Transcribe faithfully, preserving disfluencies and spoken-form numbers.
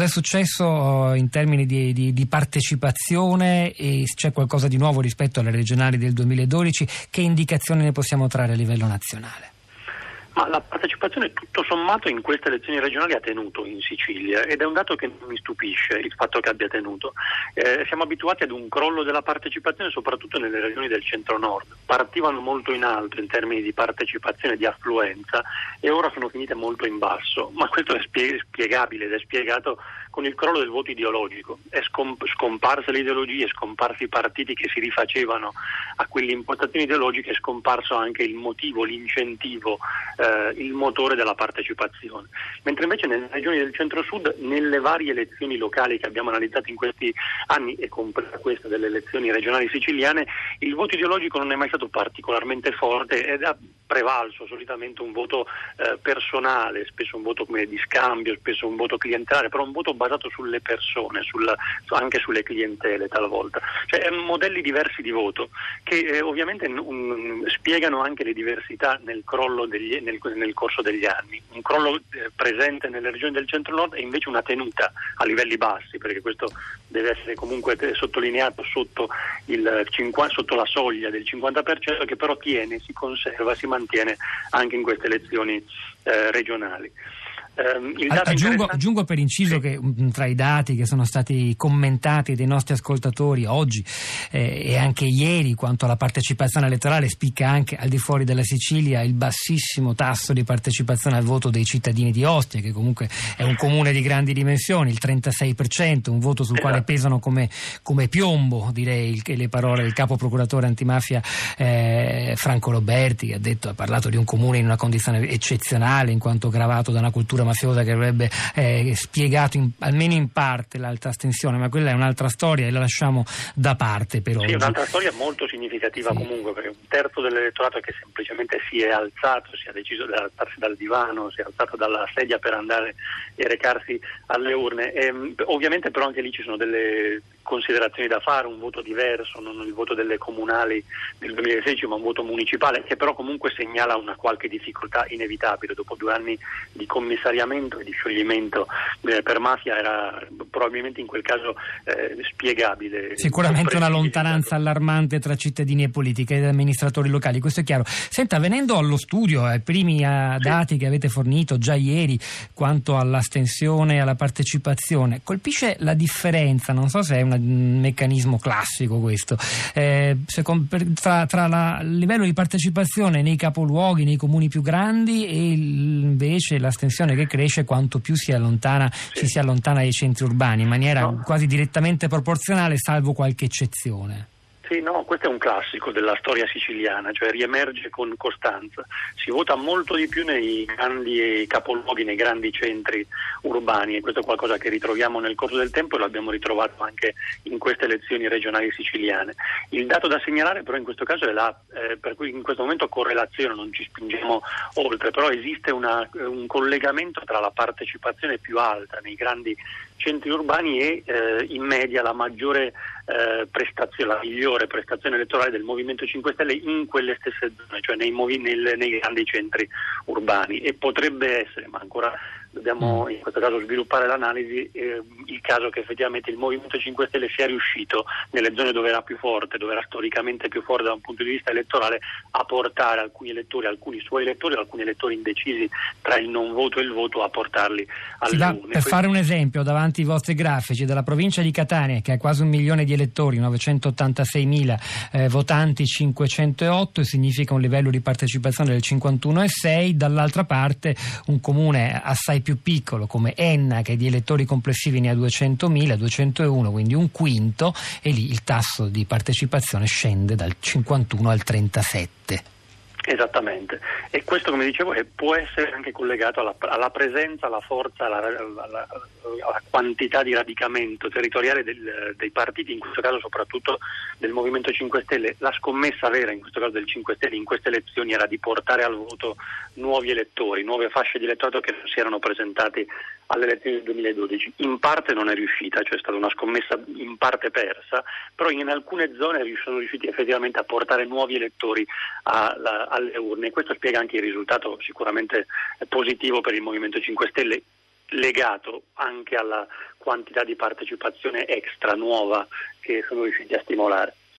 cosa è successo in termini di, di, di partecipazione e c'è qualcosa di nuovo rispetto alle regionali del duemiladodici? Che indicazioni ne possiamo trarre a livello nazionale? Ma la partecipazione tutto sommato in queste elezioni regionali ha tenuto in Sicilia ed è un dato che non mi stupisce il fatto che abbia tenuto. Eh, siamo abituati ad un crollo della partecipazione soprattutto nelle regioni del centro-nord. Partivano molto in alto in termini di partecipazione, di affluenza e ora sono finite molto in basso, ma questo è spie- spiegabile ed è spiegato con il crollo del voto ideologico. È scomp- scomparsa l'ideologia, è scomparsi i partiti che si rifacevano a quelle impostazioni ideologiche, è scomparso anche il motivo, l'incentivo, eh, il motore della partecipazione. Mentre invece nelle regioni del centro-sud, nelle varie elezioni locali che abbiamo analizzato in questi anni, e compresa questa delle elezioni regionali siciliane, il voto ideologico non è mai stato particolarmente forte ed ha prevalso solitamente un voto eh, personale, spesso un voto come di scambio, spesso un voto clientelare, però un voto basato sulle persone, sul, anche sulle clientele talvolta. Cioè modelli diversi di voto che eh, ovviamente um, spiegano anche le diversità nel crollo degli, nel, nel corso degli anni. Un crollo eh, presente nelle regioni del centro-nord e invece una tenuta a livelli bassi, perché questo deve essere comunque sottolineato sotto, il cinquanta, sotto la soglia del cinquanta per cento, che però tiene, si conserva, si mantiene anche in queste elezioni eh, regionali. Um, il dato aggiungo, aggiungo per inciso sì. che um, tra i dati che sono stati commentati dai nostri ascoltatori oggi eh, e anche ieri quanto alla partecipazione elettorale, spicca anche al di fuori della Sicilia il bassissimo tasso di partecipazione al voto dei cittadini di Ostia, che comunque è un comune di grandi dimensioni, il trentasei per cento, un voto sul esatto. quale pesano come, come piombo, direi, il, le parole del capo procuratore antimafia eh, Franco Roberti, che ha detto, ha parlato di un comune in una condizione eccezionale in quanto gravato da una cultura mafiosa che avrebbe eh, spiegato in, almeno in parte l'alta astensione, ma quella è un'altra storia e la lasciamo da parte per oggi. Sì, un'altra storia molto significativa sì. comunque, perché un terzo dell'elettorato che semplicemente si è alzato, si ha deciso di alzarsi dal divano, si è alzato dalla sedia per andare e recarsi alle urne. E, ovviamente però anche lì ci sono delle considerazioni da fare, un voto diverso, non il voto delle comunali del duemilasedici ma un voto municipale che però comunque segnala una qualche difficoltà inevitabile dopo due anni di commissariamento e di scioglimento eh, per mafia. Era probabilmente in quel caso eh, spiegabile. Sicuramente una lontananza allarmante tra cittadini e politica ed amministratori locali, questo è chiaro. Senta, venendo allo studio, ai primi uh, dati sì. che avete fornito già ieri quanto all'astensione e alla partecipazione, colpisce la differenza, non so se è una, un meccanismo classico questo, eh, secondo, per, tra, tra la, il livello di partecipazione nei capoluoghi, nei comuni più grandi e il, invece l'astensione che cresce quanto più si allontana, sì. ci si allontana dai centri urbani in maniera no. quasi direttamente proporzionale, salvo qualche eccezione. Sì, no, questo è un classico della storia siciliana, cioè riemerge con costanza. Si vota molto di più nei grandi capoluoghi, nei grandi centri urbani, e questo è qualcosa che ritroviamo nel corso del tempo e lo abbiamo ritrovato anche in queste elezioni regionali siciliane. Il dato da segnalare però in questo caso è la, eh, per cui in questo momento correlazione, non ci spingiamo oltre, però esiste una, un collegamento tra la partecipazione più alta nei grandi centri urbani e eh, in media la maggiore eh, prestazione, la migliore prestazione elettorale del Movimento cinque Stelle in quelle stesse zone, cioè nei, movi- nel, nei grandi centri urbani, e potrebbe essere, ma ancora dobbiamo in questo caso sviluppare l'analisi, eh, il caso che effettivamente il Movimento cinque Stelle sia riuscito nelle zone dove era più forte, dove era storicamente più forte da un punto di vista elettorale, a portare alcuni elettori, alcuni suoi elettori, alcuni elettori indecisi tra il non voto e il voto, a portarli alle da, urne. Per Questo... fare un esempio davanti ai vostri grafici della provincia di Catania, che ha quasi un milione di elettori, novecentottantaseimila eh, votanti, cinquecentootto, significa un livello di partecipazione del cinquantuno virgola sei, dall'altra parte un comune assai più piccolo come Enna, che di elettori complessivi ne ha duecentomila, duecentouno, quindi un quinto, e lì il tasso di partecipazione scende dal cinquantuno al trentasette. Esattamente, e questo, come dicevo, è, può essere anche collegato alla, alla presenza, alla forza, alla, alla, alla quantità di radicamento territoriale del, dei partiti, in questo caso soprattutto del Movimento cinque Stelle. La scommessa vera in questo caso del cinque Stelle in queste elezioni era di portare al voto nuovi elettori, nuove fasce di elettorato che non si erano presentati alle elezioni del duemiladodici. In parte non è riuscita, cioè è stata una scommessa in parte persa, però in alcune zone sono riusciti effettivamente a portare nuovi elettori alla, alle urne. Questo spiega anche il risultato sicuramente positivo per il Movimento cinque Stelle, legato anche alla quantità di partecipazione extra nuova che sono riusciti a stimolare.